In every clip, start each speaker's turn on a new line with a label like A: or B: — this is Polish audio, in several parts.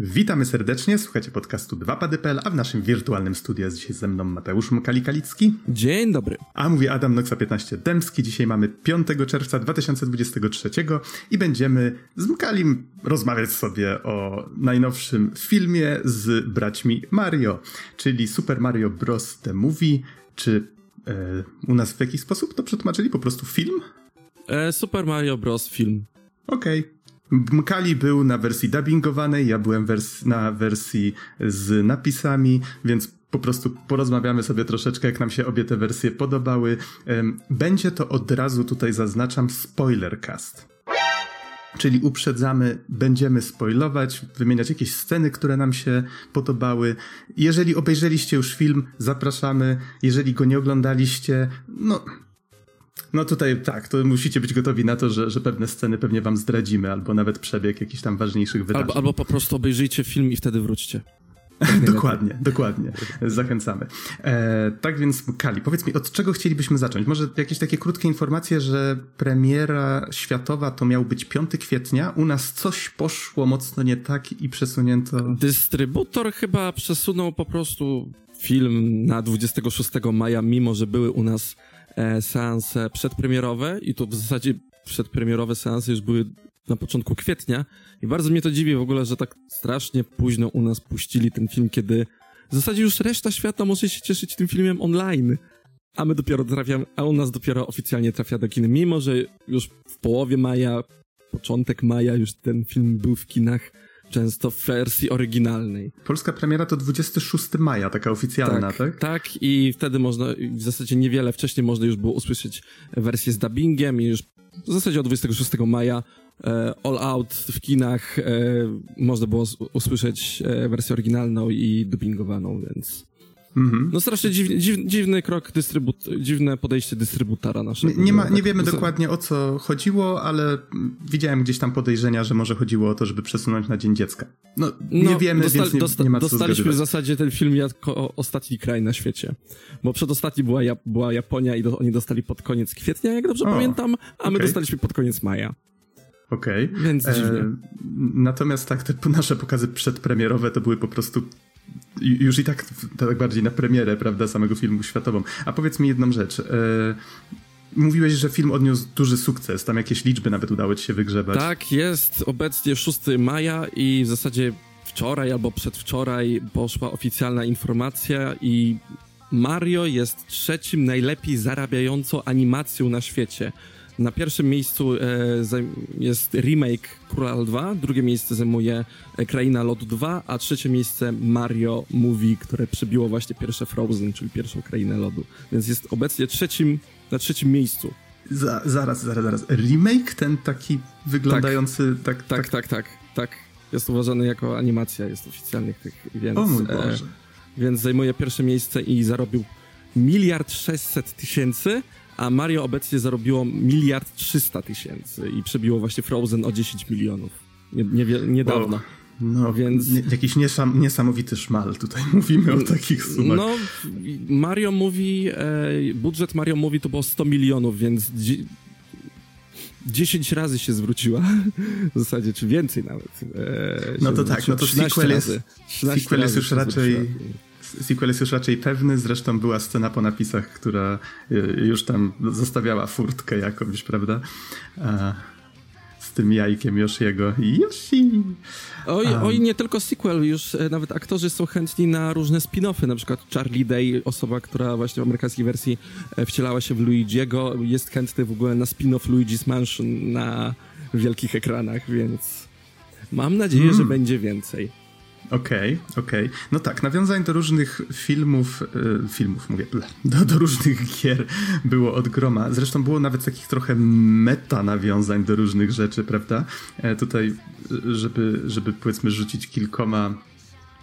A: Witamy serdecznie, słuchacie podcastu 2pady.pl, a w naszym wirtualnym studiu jest dzisiaj ze mną Mateusz Mkali-Kalicki.
B: Dzień dobry.
A: A mówi Adam Noxa 15 Dębski. Dzisiaj mamy 5 czerwca 2023 i będziemy z Mkalim rozmawiać sobie o najnowszym filmie z braćmi Mario, czyli Super Mario Bros. The Movie, czy u nas w jakiś sposób to przetłumaczyli? Po prostu film?
B: Super Mario Bros. Film.
A: Okej. Mkali był na wersji dubbingowanej, ja byłem na wersji z napisami, więc po prostu porozmawiamy sobie troszeczkę, jak nam się obie te wersje podobały. Będzie to, od razu tutaj zaznaczam, spoilercast. Czyli uprzedzamy, będziemy spoilować, wymieniać jakieś sceny, które nam się podobały. Jeżeli obejrzeliście już film, zapraszamy. Jeżeli go nie oglądaliście, no tutaj tak, to musicie być gotowi na to, że pewne sceny pewnie wam zdradzimy, albo nawet przebieg jakichś tam ważniejszych wydarzeń.
B: Albo po prostu obejrzyjcie film i wtedy wróćcie.
A: Dokładnie. Zachęcamy. Tak więc, Kali, powiedz mi, od czego chcielibyśmy zacząć? Może jakieś takie krótkie informacje, że premiera światowa to miał być 5 kwietnia. U nas coś poszło mocno nie tak i przesunięto...
B: Dystrybutor chyba przesunął po prostu film na 26 maja, mimo że były u nas seanse przedpremierowe i to w zasadzie przedpremierowe seanse już były na początku kwietnia i bardzo mnie to dziwi w ogóle, że tak strasznie późno u nas puścili ten film, kiedy w zasadzie już reszta świata może się cieszyć tym filmem online, a u nas dopiero oficjalnie trafia do kin, mimo że już w połowie maja, początek maja już ten film był w kinach, często w wersji oryginalnej.
A: Polska premiera to 26 maja, taka oficjalna, tak?
B: Tak, i wtedy można, w zasadzie niewiele wcześniej można już było usłyszeć wersję z dubbingiem i już w zasadzie od 26 maja All Out w kinach można było usłyszeć wersję oryginalną i dubbingowaną, więc... No strasznie dziwny krok, dziwne podejście dystrybutora naszego.
A: Nie wiemy dokładnie, o co chodziło, ale widziałem gdzieś tam podejrzenia, że może chodziło o to, żeby przesunąć na Dzień Dziecka. Nie wiemy, więc nie ma co
B: dostaliśmy w zasadzie ten film jako ostatni kraj na świecie, bo przedostatni była Japonia i oni dostali pod koniec kwietnia, jak dobrze pamiętam, a my dostaliśmy pod koniec maja.
A: Okej.
B: Więc dziwnie.
A: Natomiast tak, te nasze pokazy przedpremierowe to były po prostu już i tak bardziej na premierę, prawda, samego filmu światową. A powiedz mi jedną rzecz. Mówiłeś, że film odniósł duży sukces. Tam jakieś liczby nawet udało ci się wygrzebać.
B: Tak, jest obecnie 6 maja i w zasadzie wczoraj albo przedwczoraj poszła oficjalna informacja i Mario jest 3. najlepiej zarabiającą animacją na świecie. Na pierwszym miejscu jest remake Króla 2, drugie miejsce zajmuje Kraina Lodu 2, a trzecie miejsce Mario Movie, które przebiło właśnie pierwsze Frozen, czyli pierwszą Krainę Lodu. Więc jest obecnie na trzecim miejscu.
A: Zaraz. Remake ten taki wyglądający...
B: Tak. Jest uważany jako animacja, jest oficjalnie tych, więc...
A: O mój Boże.
B: Więc zajmuje pierwsze miejsce i zarobił 1 600 000 000, a Mario obecnie zarobiło 1 300 000 000 i przebiło właśnie Frozen o 10 milionów. Niedawno.
A: Wow. No, więc... Jakiś niesamowity szmal tutaj mówimy o takich sumach.
B: No, Mario Movie, budżet Mario Movie to było 100 milionów, więc 10 razy się zwróciła. W zasadzie, czy więcej nawet.
A: No to tak, no to sequel jest już raczej... Sequel jest już raczej pewny, zresztą była scena po napisach, która już tam zostawiała furtkę jakąś, prawda? Z tym jajkiem Yoshiego. Yoshi!
B: Oj, nie tylko sequel, już nawet aktorzy są chętni na różne spin-offy, na przykład Charlie Day, osoba, która właśnie w amerykańskiej wersji wcielała się w Luigi'ego, jest chętny w ogóle na spin-off Luigi's Mansion na wielkich ekranach, więc mam nadzieję, że będzie więcej.
A: Okej. No tak, nawiązań do różnych filmów mówię, do różnych gier było od groma. Zresztą było nawet takich trochę meta nawiązań do różnych rzeczy, prawda? Tutaj, żeby powiedzmy rzucić kilkoma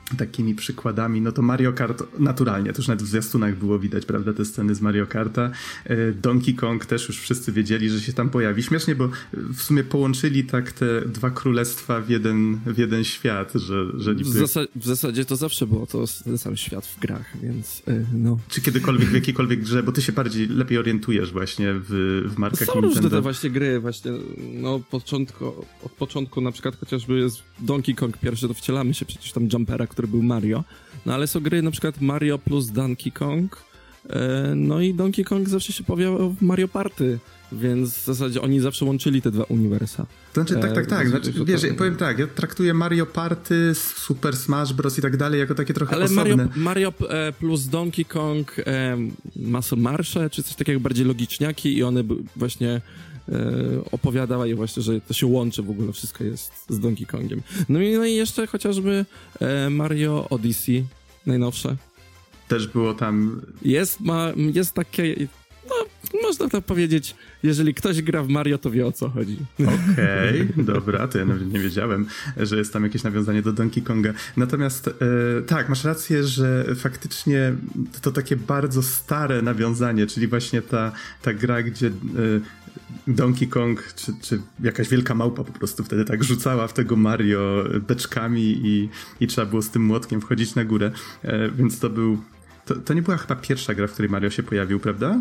A: takimi przykładami, no to Mario Kart naturalnie, to już nawet w zwiastunach było widać, prawda, te sceny z Mario Karta. Donkey Kong też już wszyscy wiedzieli, że się tam pojawi. Śmiesznie, bo w sumie połączyli tak te dwa królestwa w jeden świat, że niby...
B: W zasadzie to zawsze było to ten sam świat w grach, więc no.
A: Czy kiedykolwiek w jakiejkolwiek grze, bo ty się lepiej orientujesz właśnie w markach
B: Są
A: Nintendo.
B: różne te właśnie gry, właśnie, no od początku na przykład chociażby jest Donkey Kong pierwszy, to wcielamy się przecież tam Jumpera, który był Mario, no ale są gry na przykład Mario plus Donkey Kong, no i Donkey Kong zawsze się pojawiał w Mario Party, więc w zasadzie oni zawsze łączyli te dwa uniwersa.
A: To znaczy, tak. Znaczy, wiesz, ja powiem tak, ja traktuję Mario Party, Super Smash Bros. I tak dalej jako takie trochę
B: ale
A: osobne.
B: Mario plus Donkey Kong, Muscle Marsze, czy coś takiego bardziej logiczniaki i one właśnie opowiadały właśnie, że to się łączy w ogóle, wszystko jest z Donkey Kongiem. No i jeszcze chociażby Mario Odyssey, najnowsze.
A: Też było tam...
B: Jest takie... No, można tak powiedzieć, jeżeli ktoś gra w Mario, to wie, o co chodzi.
A: Okej, dobra, to ja nawet nie wiedziałem, że jest tam jakieś nawiązanie do Donkey Konga. Natomiast tak, masz rację, że faktycznie to takie bardzo stare nawiązanie, czyli właśnie ta gra, gdzie Donkey Kong, czy jakaś wielka małpa po prostu wtedy tak rzucała w tego Mario beczkami i trzeba było z tym młotkiem wchodzić na górę, więc to był... To nie była chyba pierwsza gra, w której Mario się pojawił, prawda?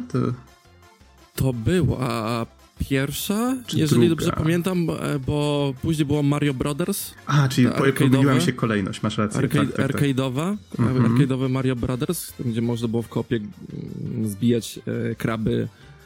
B: To była pierwsza,
A: czy
B: jeżeli
A: druga?
B: dobrze pamiętam, bo później było Mario Brothers.
A: Czyli pomyliła mi się kolejność, masz rację.
B: Arcade'owa, arcade'owe Mario Brothers, tam, gdzie można było w koopie zbijać kraby.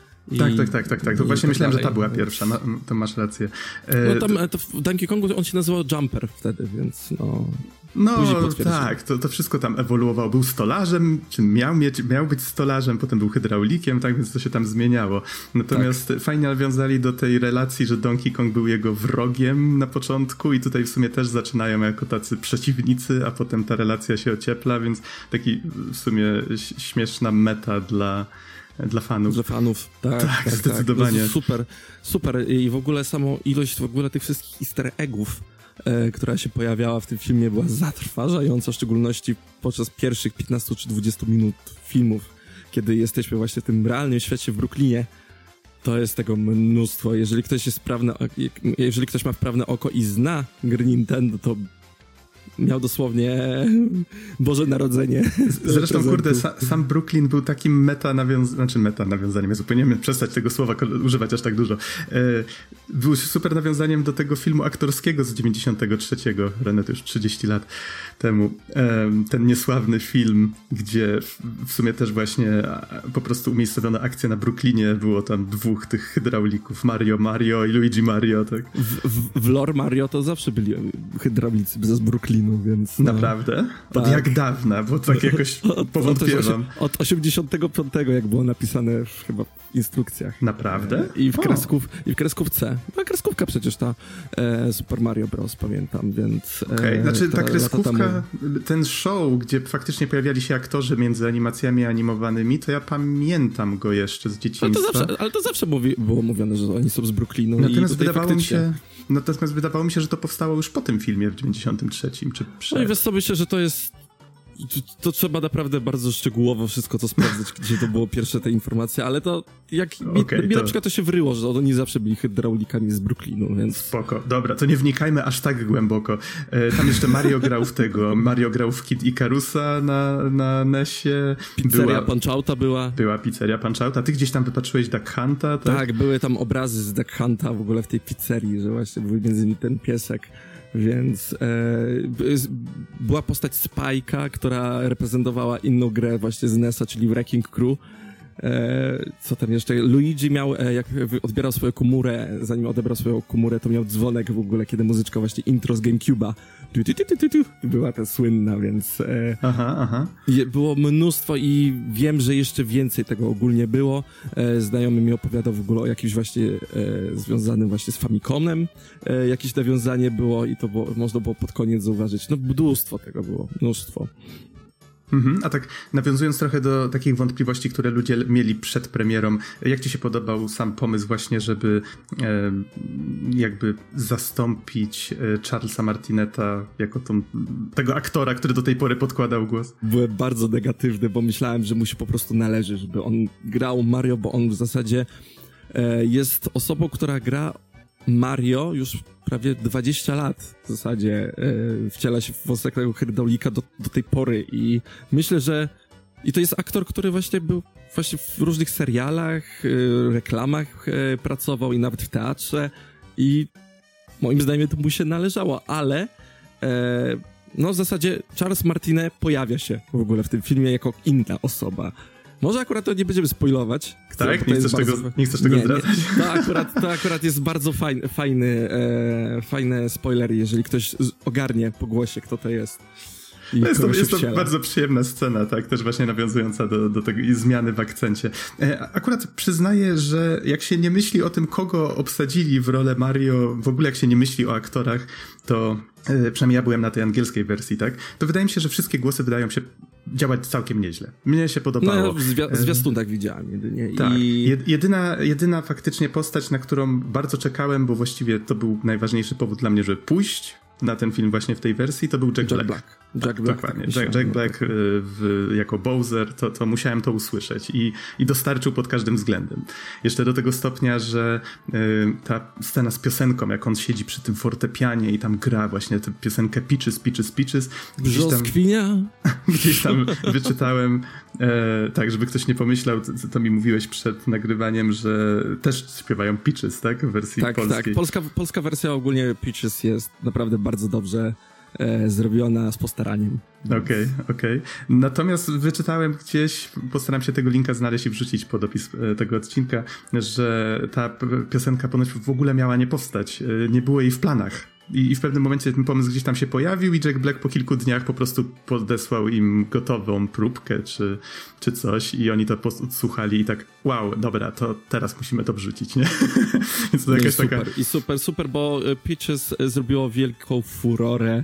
A: Tak. To właśnie myślałem, że ta była pierwsza, to masz rację.
B: No tam w Donkey Kongu on się nazywał Jumper wtedy, więc no...
A: No tak, to wszystko tam ewoluowało. Był stolarzem, czy miał być stolarzem, potem był hydraulikiem, tak, więc to się tam zmieniało. Natomiast fajnie nawiązali do tej relacji, że Donkey Kong był jego wrogiem na początku i tutaj w sumie też zaczynają jako tacy przeciwnicy, a potem ta relacja się ociepla, więc taki w sumie śmieszna meta dla fanów.
B: Dla fanów, tak.
A: Zdecydowanie.
B: No, super. I w ogóle samą ilość tych wszystkich easter eggów, która się pojawiała w tym filmie, była zatrważająca, w szczególności podczas pierwszych 15 czy 20 minut filmów, kiedy jesteśmy właśnie w tym realnym świecie w Brooklynie. To jest tego mnóstwo. Jeżeli ktoś ma wprawne oko i zna gry Nintendo, to miał dosłownie Boże Narodzenie.
A: Zresztą, kurde, sam Brooklyn był takim meta-nawiązaniem, ja zupełnie przestać tego słowa używać aż tak dużo. Był super nawiązaniem do tego filmu aktorskiego z 93. René, to już 30 lat temu. Ten niesławny film, gdzie w sumie też właśnie po prostu umiejscowiono akcję na Brooklynie. Było tam dwóch tych hydraulików, Mario i Luigi Mario. Tak.
B: W lore Mario to zawsze byli hydraulicy z Brooklynu. Więc, no.
A: Naprawdę?
B: Tak.
A: Od jak dawna, bo tak jakoś powątpiewam.
B: Od 85, jak było napisane chyba w instrukcjach.
A: Naprawdę?
B: I w kreskówce. No, kreskówka przecież ta Super Mario Bros. Pamiętam, więc...
A: Okej, znaczy ta kreskówka, ten show, gdzie faktycznie pojawiali się aktorzy między animacjami animowanymi, to ja pamiętam go jeszcze z dzieciństwa.
B: Ale to zawsze było mówione, że oni są z Brooklynu.
A: Natomiast wydawało mi się, że to powstało już po tym filmie w 93. czy przed.
B: No i wiesz co, myślę, że to jest... To trzeba naprawdę bardzo szczegółowo wszystko to sprawdzać, gdzie to było pierwsze te informacje, ale to mi na przykład to się wryło, że oni zawsze byli hydraulikami z Brooklynu, więc...
A: Spoko, dobra, to nie wnikajmy aż tak głęboko. Tam jeszcze Mario grał w Kid Icarusa na NES-ie.
B: Pizzeria Punch-Outa była.
A: Była Pizzeria Punch-Outa. Ty gdzieś tam wypatrzyłeś Duck Hunta, tak?
B: Tak, były tam obrazy z Duck Hunta w ogóle w tej pizzerii, że właśnie był między innymi ten piesek. Więc była postać Spike'a, która reprezentowała inną grę właśnie z NES-a, czyli Wrecking Crew. Co tam jeszcze? Luigi miał, jak odbierał swoją komórę, zanim odebrał swoją komórę, to miał dzwonek w ogóle, kiedy muzyczka właśnie intro z GameCube'a była ta słynna, więc było mnóstwo i wiem, że jeszcze więcej tego ogólnie było. Znajomy mi opowiadał w ogóle o jakimś właśnie związanym właśnie z Famicomem, jakieś nawiązanie było i to można było pod koniec zauważyć. No mnóstwo tego było, mnóstwo.
A: A tak nawiązując trochę do takich wątpliwości, które ludzie mieli przed premierą, jak ci się podobał sam pomysł właśnie, żeby jakby zastąpić Charlesa Martineta jako tego aktora, który do tej pory podkładał głos?
B: Byłem bardzo negatywny, bo myślałem, że mu się po prostu należy, żeby on grał Mario, bo on w zasadzie jest osobą, która gra Mario już prawie 20 lat w zasadzie wciela się w postać tego hydraulika do tej pory i myślę, że i to jest aktor, który właśnie był właśnie w różnych serialach, reklamach pracował i nawet w teatrze i moim zdaniem to mu się należało, ale no w zasadzie Charles Martinet pojawia się w ogóle w tym filmie jako inna osoba. Może akurat to nie będziemy spoilować.
A: Tak? Nie chcesz tego zdradzać?
B: To akurat jest bardzo fajny spoiler, jeżeli ktoś ogarnie po głosie, kto to jest.
A: Jest to bardzo przyjemna scena, tak, też właśnie nawiązująca do tego i zmiany w akcencie. Akurat przyznaję, że jak się nie myśli o tym, kogo obsadzili w rolę Mario, w ogóle jak się nie myśli o aktorach, to przynajmniej ja byłem na tej angielskiej wersji, tak, to wydaje mi się, że wszystkie głosy wydają się działać całkiem nieźle. Mnie się podobało.
B: No, w zwiastunach widziałem jedynie.
A: Tak. Jedyna faktycznie postać, na którą bardzo czekałem, bo właściwie to był najważniejszy powód dla mnie, żeby pójść na ten film właśnie w tej wersji, to był Jack Black.
B: Jack Black.
A: Dokładnie. Jack Black jako Bowser, to musiałem to usłyszeć i dostarczył pod każdym względem. Jeszcze do tego stopnia, że ta scena z piosenką, jak on siedzi przy tym fortepianie i tam gra właśnie tę piosenkę Peaches. Gdzieś tam wyczytałem, tak, żeby ktoś nie pomyślał, to mi mówiłeś przed nagrywaniem, że też śpiewają Peaches, tak? W wersji polskiej.
B: Tak, polska wersja ogólnie Peaches jest naprawdę bardzo dobrze zrobiona z postaraniem.
A: Okej. Natomiast wyczytałem gdzieś, postaram się tego linka znaleźć i wrzucić pod opis tego odcinka, że ta piosenka ponoć w ogóle miała nie powstać. Nie było jej w planach. I w pewnym momencie ten pomysł gdzieś tam się pojawił i Jack Black po kilku dniach po prostu podesłał im gotową próbkę czy coś i oni to odsłuchali i tak wow, dobra, to teraz musimy to wrzucić, nie? Więc to jakaś taka...
B: Super, bo Peaches zrobiło wielką furorę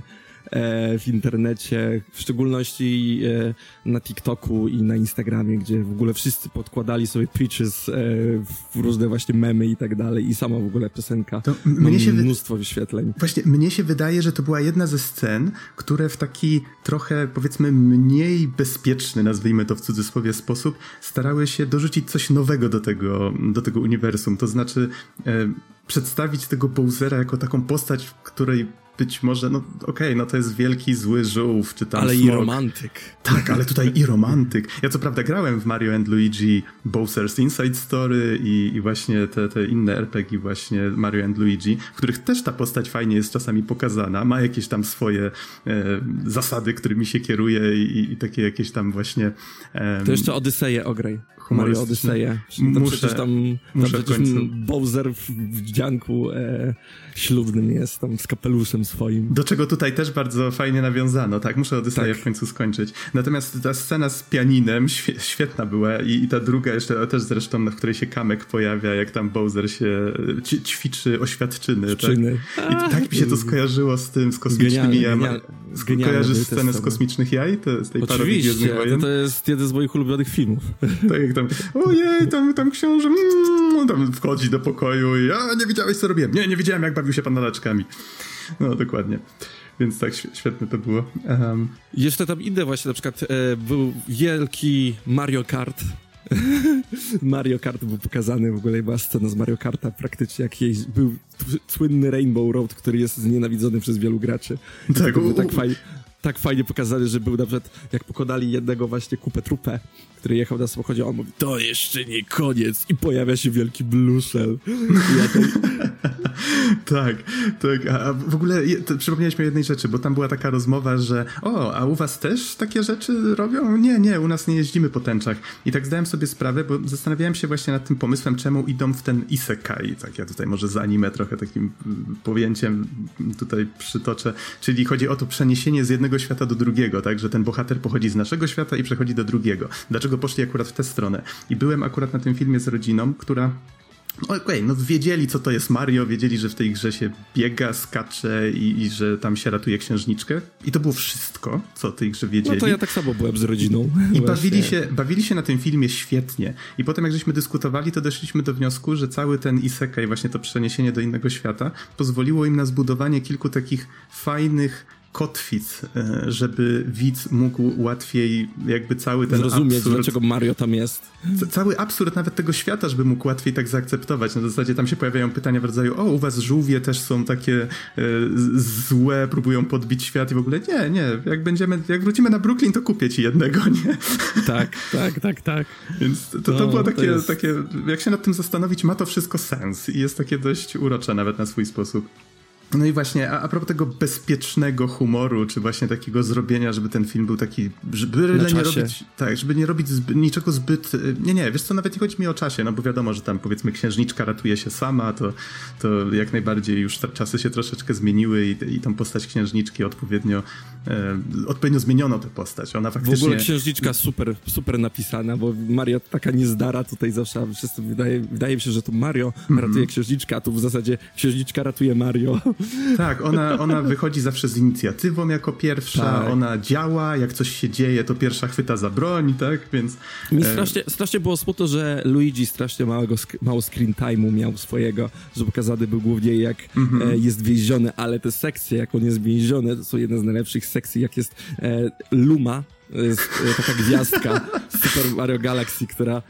B: w internecie, w szczególności na TikToku i na Instagramie, gdzie w ogóle wszyscy podkładali sobie Peaches w różne właśnie memy i tak dalej i sama w ogóle piosenka ma mnóstwo wyświetleń.
A: Właśnie mnie się wydaje, że to była jedna ze scen, które w taki trochę powiedzmy mniej bezpieczny, nazwijmy to w cudzysłowie sposób, starały się dorzucić coś nowego do tego uniwersum, to znaczy przedstawić tego Bowsera jako taką postać, w której być może, to jest wielki, zły żółw, czy tam
B: ale
A: smog.
B: I romantyk.
A: Tak, ale tutaj i romantyk. Ja co prawda grałem w Mario & Luigi Bowser's Inside Story i właśnie te inne RPG właśnie Mario & Luigi, w których też ta postać fajnie jest czasami pokazana, ma jakieś tam swoje zasady, którymi się kieruje i takie jakieś tam właśnie...
B: To jeszcze Odyseję ograj. Mario Odyseję. Tam przecież Bowser w wdzianku ślubnym jest, tam z kapeluszem swoim.
A: Do czego tutaj też bardzo fajnie nawiązano, tak? Muszę Odyseję w końcu skończyć. Natomiast ta scena z pianinem świetna była i ta druga jeszcze też zresztą, w której się Kamek pojawia, jak tam Bowser się ćwiczy oświadczyny. Tak? I tak mi się to skojarzyło z tym, z kosmicznymi jajami. Kojarzysz scenę z kosmicznych jaj? Z tej parodii Gwiezdnych Wojen?
B: To jest jeden z moich ulubionych filmów.
A: Tak jak tam, ojej, tam książę tam wchodzi do pokoju i nie widziałeś, co robiłem. Nie widziałem, jak bawił się pan nalaczkami. No, dokładnie. Więc tak, świetne to było.
B: Jeszcze tam inne właśnie, na przykład był wielki Mario Kart. Mario Kart był pokazany, w ogóle była scena z Mario Karta praktycznie, był słynny Rainbow Road, który jest znienawidzony przez wielu graczy.
A: Tak,
B: był tak fajnie pokazany, że był na przykład, jak pokonali jednego właśnie Kupę Trupę, który jechał na samochodzie, on mówi, to jeszcze nie koniec i pojawia się wielki Blushel.
A: Tak. A w ogóle przypomniałeś mi o jednej rzeczy, bo tam była taka rozmowa, że a u was też takie rzeczy robią? Nie, u nas nie jeździmy po tęczach. I tak zdałem sobie sprawę, bo zastanawiałem się właśnie nad tym pomysłem, czemu idą w ten isekai. Tak, ja tutaj może z anime trochę takim pojęciem tutaj przytoczę. Czyli chodzi o to przeniesienie z jednego świata do drugiego, tak, że ten bohater pochodzi z naszego świata i przechodzi do drugiego. Dlaczego poszli akurat w tę stronę? I byłem akurat na tym filmie z rodziną, która Okej, no wiedzieli, co to jest Mario, wiedzieli, że w tej grze się biega, skacze i że tam się ratuje księżniczkę. I to było wszystko, co o tej grze wiedzieli.
B: No to ja tak samo byłem z rodziną.
A: I bawili się na tym filmie świetnie. I potem jak żeśmy dyskutowali, to doszliśmy do wniosku, że cały ten isekai, właśnie to przeniesienie do innego świata, pozwoliło im na zbudowanie kilku takich fajnych kotwic, żeby widz mógł łatwiej jakby cały ten
B: zrozumieć,
A: absurd,
B: dlaczego Mario tam jest.
A: Cały absurd nawet tego świata, żeby mógł łatwiej tak zaakceptować. Na zasadzie tam się pojawiają pytania w rodzaju: o, u was żółwie też są takie złe, próbują podbić świat i w ogóle nie, jak wrócimy na Brooklyn, to kupię ci jednego, nie?
B: Tak.
A: Więc to było takie, jak się nad tym zastanowić, ma to wszystko sens i jest takie dość urocze nawet na swój sposób. No i właśnie, a propos tego bezpiecznego humoru, czy właśnie takiego zrobienia, żeby ten film był taki, żeby nie robić niczego zbyt... Nie, wiesz co, nawet nie chodzi mi o czasie, no bo wiadomo, że tam powiedzmy księżniczka ratuje się sama, to jak najbardziej już czasy się troszeczkę zmieniły i tą postać księżniczki odpowiednio zmieniono tę postać. Ona faktycznie...
B: W ogóle księżniczka super napisana, bo Mario taka niezdara tutaj zawsze, a wszyscy wydaje mi się, że to Mario ratuje księżniczkę, a tu w zasadzie księżniczka ratuje Mario.
A: Tak, ona wychodzi zawsze z inicjatywą jako pierwsza, tak. Ona działa, jak coś się dzieje, to pierwsza chwyta za broń, tak, więc...
B: Mi strasznie było smutno, że Luigi strasznie mało screen time'u miał swojego, że pokazany był głównie jak jest więziony, ale te sekcje, jak on jest więziony, to są jedne z najlepszych sekcji, jak jest Luma, jest taka gwiazdka z Super Mario Galaxy, która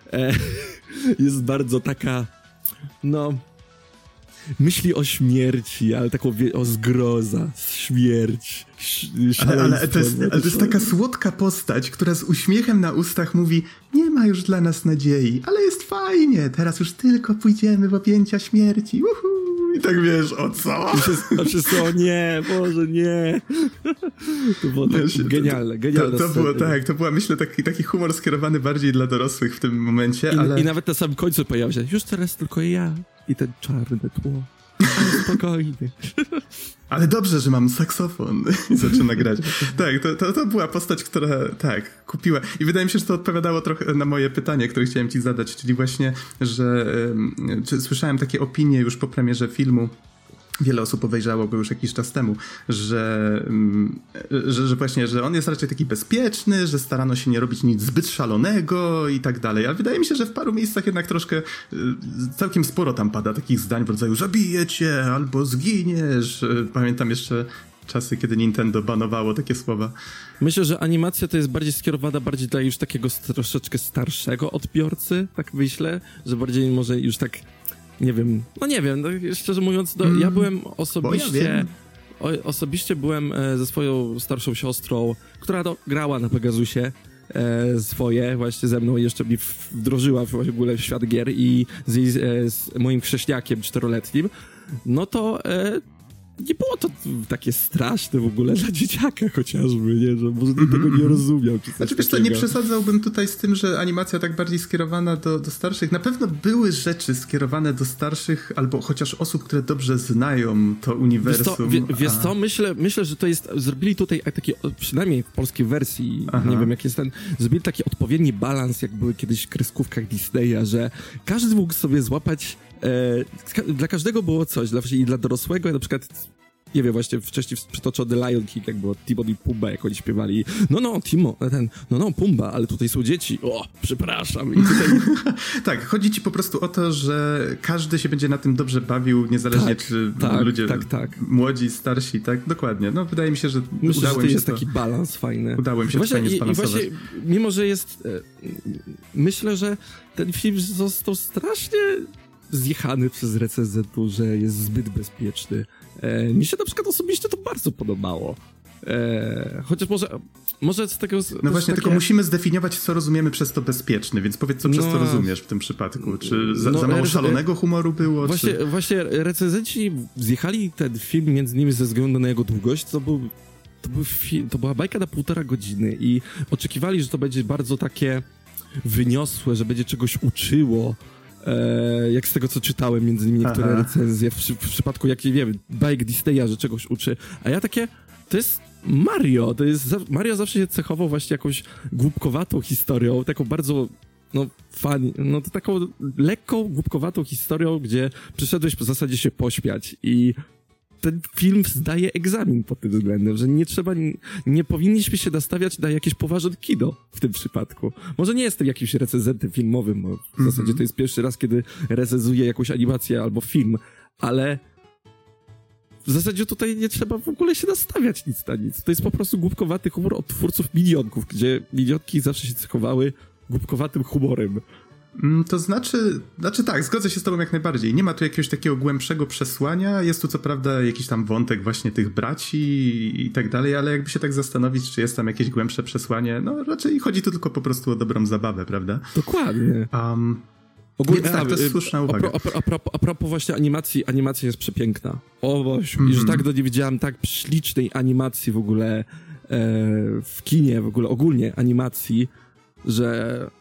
B: jest bardzo taka, no... myśli o śmierci, ale taką o zgroza, śmierć.
A: Ale to jest taka słodka postać, która z uśmiechem na ustach mówi: nie ma już dla nas nadziei, ale jest fajnie, teraz już tylko pójdziemy w objęcia śmierci. I tak wiesz, o co?
B: A wszyscy, o nie, Boże, nie. To było tak genialne.
A: To była, myślę, taki humor skierowany bardziej dla dorosłych w tym momencie, ale...
B: I nawet na samym końcu pojawia się: już teraz tylko ja i ten czarne tło. Spokojnie.
A: Ale dobrze, że mam saksofon i zaczyna grać. Tak, to była postać, która kupiła. I wydaje mi się, że to odpowiadało trochę na moje pytanie, które chciałem ci zadać, czyli właśnie, że słyszałem takie opinie już po premierze filmu, wiele osób obejrzało go już jakiś czas temu, że właśnie, że on jest raczej taki bezpieczny, że starano się nie robić nic zbyt szalonego i tak dalej. Ale wydaje mi się, że w paru miejscach jednak troszkę, całkiem sporo tam pada takich zdań w rodzaju: zabiję cię albo zginiesz. Pamiętam jeszcze czasy, kiedy Nintendo banowało takie słowa.
B: Myślę, że animacja to jest bardziej skierowana dla już takiego troszeczkę starszego odbiorcy, tak myślę, że bardziej może już tak... Nie wiem, szczerze mówiąc, ja byłem osobiście byłem ze swoją starszą siostrą, która grała na Pegasusie swoje, właśnie ze mną jeszcze mi wdrożyła w ogóle w świat gier i z moim chrześniakiem 4-letnim, no to nie było to takie straszne w ogóle dla dzieciaka chociażby, nie? Że może tego nie rozumiał.
A: Znaczy wiesz co, nie przesadzałbym tutaj z tym, że animacja tak bardziej skierowana do starszych. Na pewno były rzeczy skierowane do starszych, albo chociaż osób, które dobrze znają to uniwersum.
B: Wiesz co, myślę, że to jest, zrobili tutaj taki, przynajmniej w polskiej wersji, nie wiem jak jest zrobili taki odpowiedni balans, jak były kiedyś w kreskówkach Disneya, że każdy mógł sobie złapać dla każdego było coś, i dla dorosłego, na przykład, nie wiem, właśnie wcześniej przytoczony Lion King, jak było Timon i Pumba, jak oni śpiewali, Pumba, ale tutaj są dzieci, przepraszam. I tutaj...
A: Tak, chodzi ci po prostu o to, że każdy się będzie na tym dobrze bawił, niezależnie czy ludzie młodzi, starsi, tak, dokładnie. No, wydaje mi się, że
B: udało mi się jest taki balans fajny.
A: Udało mi się
B: właśnie,
A: fajnie zbalansować.
B: Właśnie, mimo że jest, myślę, że ten film został strasznie zjechany przez recenzentów, że jest zbyt bezpieczny. Mi się na przykład osobiście to bardzo podobało. Chociaż może z tego...
A: No właśnie, tylko musimy zdefiniować, co rozumiemy przez to bezpieczny, więc powiedz, co przez to rozumiesz w tym przypadku. Czy za mało szalonego humoru było?
B: Właśnie recenzenci zjechali ten film między innymi ze względu na jego długość. To była bajka na 1,5 godziny i oczekiwali, że to będzie bardzo takie wyniosłe, że będzie czegoś uczyło. Jak z tego, co czytałem, między innymi niektóre recenzje, w przypadku, jak nie wiem, bajek Disneya, że czegoś uczy, a ja takie, to jest Mario, Mario zawsze się cechował właśnie jakąś głupkowatą historią, taką bardzo no to taką lekką, głupkowatą historią, gdzie przyszedłeś w zasadzie się pośmiać i ten film zdaje egzamin pod tym względem, że nie powinniśmy się nastawiać na jakieś poważne kino w tym przypadku. Może nie jestem jakimś recenzentem filmowym, bo w zasadzie to jest pierwszy raz, kiedy recenzuję jakąś animację albo film, ale w zasadzie tutaj nie trzeba w ogóle się nastawiać nic na nic. To jest po prostu głupkowaty humor od twórców Minionków, gdzie Minionki zawsze się cechowały głupkowatym humorem.
A: To znaczy tak, zgodzę się z tobą jak najbardziej. Nie ma tu jakiegoś takiego głębszego przesłania, jest tu co prawda jakiś tam wątek właśnie tych braci i tak dalej, ale jakby się tak zastanowić, czy jest tam jakieś głębsze przesłanie, no raczej chodzi tu tylko po prostu o dobrą zabawę, prawda?
B: Dokładnie.
A: Ogólnie tak, to jest słuszna uwaga.
B: A propos właśnie animacja jest przepiękna. I że tak nie widziałem tak ślicznej animacji w ogóle w kinie, w ogóle ogólnie animacji, że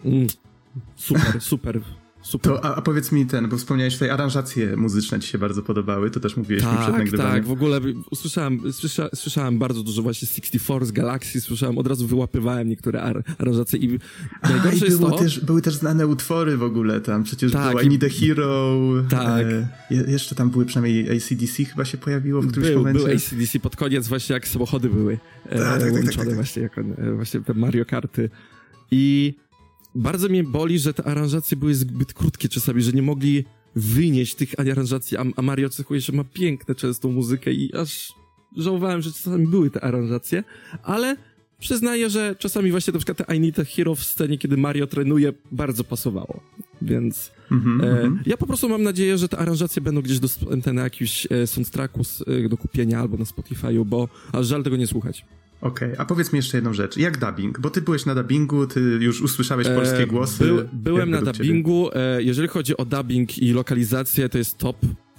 B: super.
A: To, a powiedz mi bo wspomniałeś tutaj, aranżacje muzyczne ci się bardzo podobały, to też mówiłeś mi przed nagrywaniem.
B: Tak, w ogóle słyszałem bardzo dużo właśnie 64 z Galaxy, od razu wyłapywałem niektóre aranżacje i najgorsze jest to...
A: były też znane utwory w ogóle tam, przecież była I Need a Hero,
B: tak.
A: Jeszcze tam były przynajmniej AC/DC chyba się pojawiło w którymś momencie.
B: Był AC/DC pod koniec właśnie jak samochody były łączone właśnie te Mario Karty i bardzo mnie boli, że te aranżacje były zbyt krótkie czasami, że nie mogli wynieść tych aranżacji, a Mario cechuje się, ma piękne często muzykę i aż żałowałem, że czasami były te aranżacje, ale przyznaję, że czasami właśnie na przykład te I Need a Hero w scenie, kiedy Mario trenuje, bardzo pasowało, więc ja po prostu mam nadzieję, że te aranżacje będą gdzieś dostępne na jakimś soundtracku do kupienia albo na Spotify'u, bo aż żal tego nie słuchać.
A: Okej, a powiedz mi jeszcze jedną rzecz. Jak dubbing? Bo ty byłeś na dubbingu, ty już usłyszałeś polskie głosy.
B: Byłem na dubbingu. Jeżeli chodzi o dubbing i lokalizację, to jest top.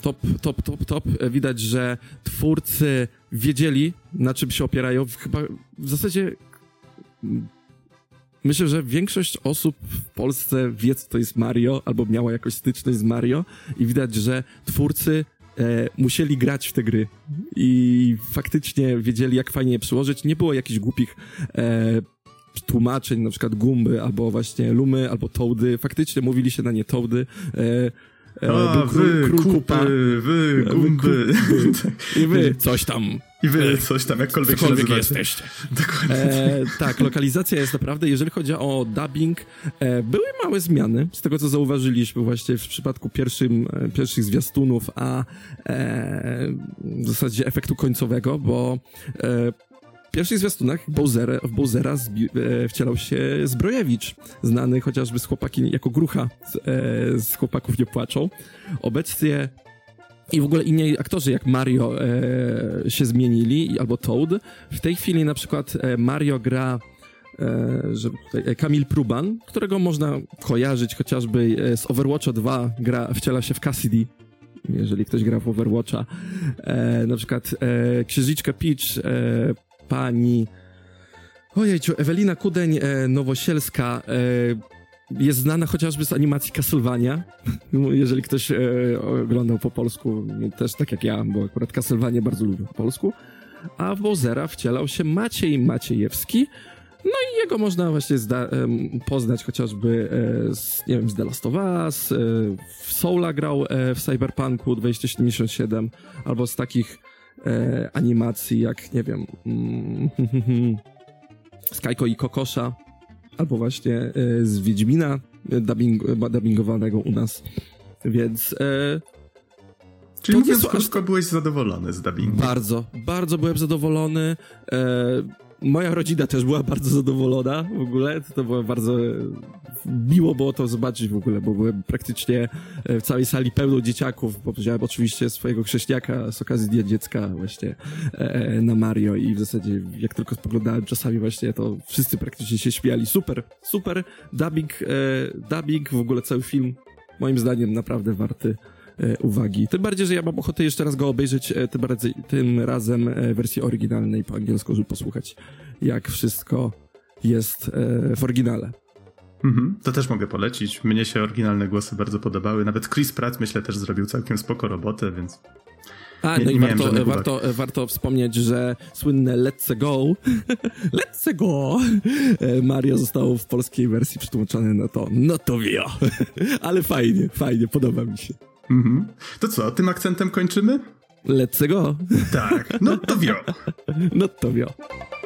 B: Widać, że twórcy wiedzieli, na czym się opierają. Chyba w zasadzie myślę, że większość osób w Polsce wie, co to jest Mario, albo miała jakoś styczność z Mario i widać, że twórcy musieli grać w te gry i faktycznie wiedzieli, jak fajnie je przyłożyć. Nie było jakichś głupich tłumaczeń, na przykład Gumby, albo właśnie Lumy, albo Toady. Faktycznie mówili się na nie Toady. Był król Kupa.
A: Wy, Gumby.
B: I wy, coś tam.
A: I wy, coś tam, jakkolwiek
B: jesteście.
A: Dokładnie.
B: Tak, lokalizacja jest naprawdę, jeżeli chodzi o dubbing, były małe zmiany, z tego co zauważyliśmy właśnie w przypadku pierwszych zwiastunów, a w zasadzie efektu końcowego, bo w pierwszych zwiastunach w Bowsera wcielał się Zbrojewicz, znany chociażby z chłopaki jako Grucha z Chłopaków nie płaczą. Obecnie i w ogóle inni aktorzy jak Mario się zmienili, albo Toad. W tej chwili na przykład Mario gra Kamil Pruban, którego można kojarzyć chociażby z Overwatcha 2, wciela się w Cassidy, jeżeli ktoś gra w Overwatcha. Na przykład Księżniczka Peach, pani Ewelina Kudeń-Nowosielska jest znana chociażby z animacji Castlevania. Jeżeli ktoś oglądał po polsku, też tak jak ja, bo akurat Castlevania bardzo lubię po polsku. A w Bowsera wcielał się Maciej Maciejewski. No i jego można właśnie poznać chociażby z The Last of Us, w Soula grał w Cyberpunku 2077, albo z takich animacji jak, nie wiem, Skajko i Kokosza, albo właśnie z Wiedźmina dubbingowanego u nas, więc...
A: Czyli mówiąc krótko, byłeś zadowolony z dubbingu?
B: Bardzo byłem zadowolony. Moja rodzina też była bardzo zadowolona w ogóle. To było bardzo miło było to zobaczyć w ogóle, bo byłem praktycznie w całej sali pełną dzieciaków, bo wziąłem oczywiście swojego chrześniaka z okazji Dnia Dziecka właśnie na Mario i w zasadzie jak tylko spoglądałem czasami właśnie, to wszyscy praktycznie się śmiali. Super dubbing, w ogóle cały film moim zdaniem naprawdę warty uwagi. Tym bardziej, że ja mam ochotę jeszcze raz go obejrzeć, tym razem wersji oryginalnej po angielsku, żeby posłuchać, jak wszystko jest w oryginale.
A: To też mogę polecić. Mnie się oryginalne głosy bardzo podobały. Nawet Chris Pratt, myślę, też zrobił całkiem spoko robotę, więc
B: No i warto wspomnieć, że słynne Let's Go Let's Go Mario zostało w polskiej wersji przetłumaczone na to no to wio. Ale fajnie, podoba mi się.
A: To co, tym akcentem kończymy?
B: Let's Go.
A: Tak, no to wio.
B: No to wio.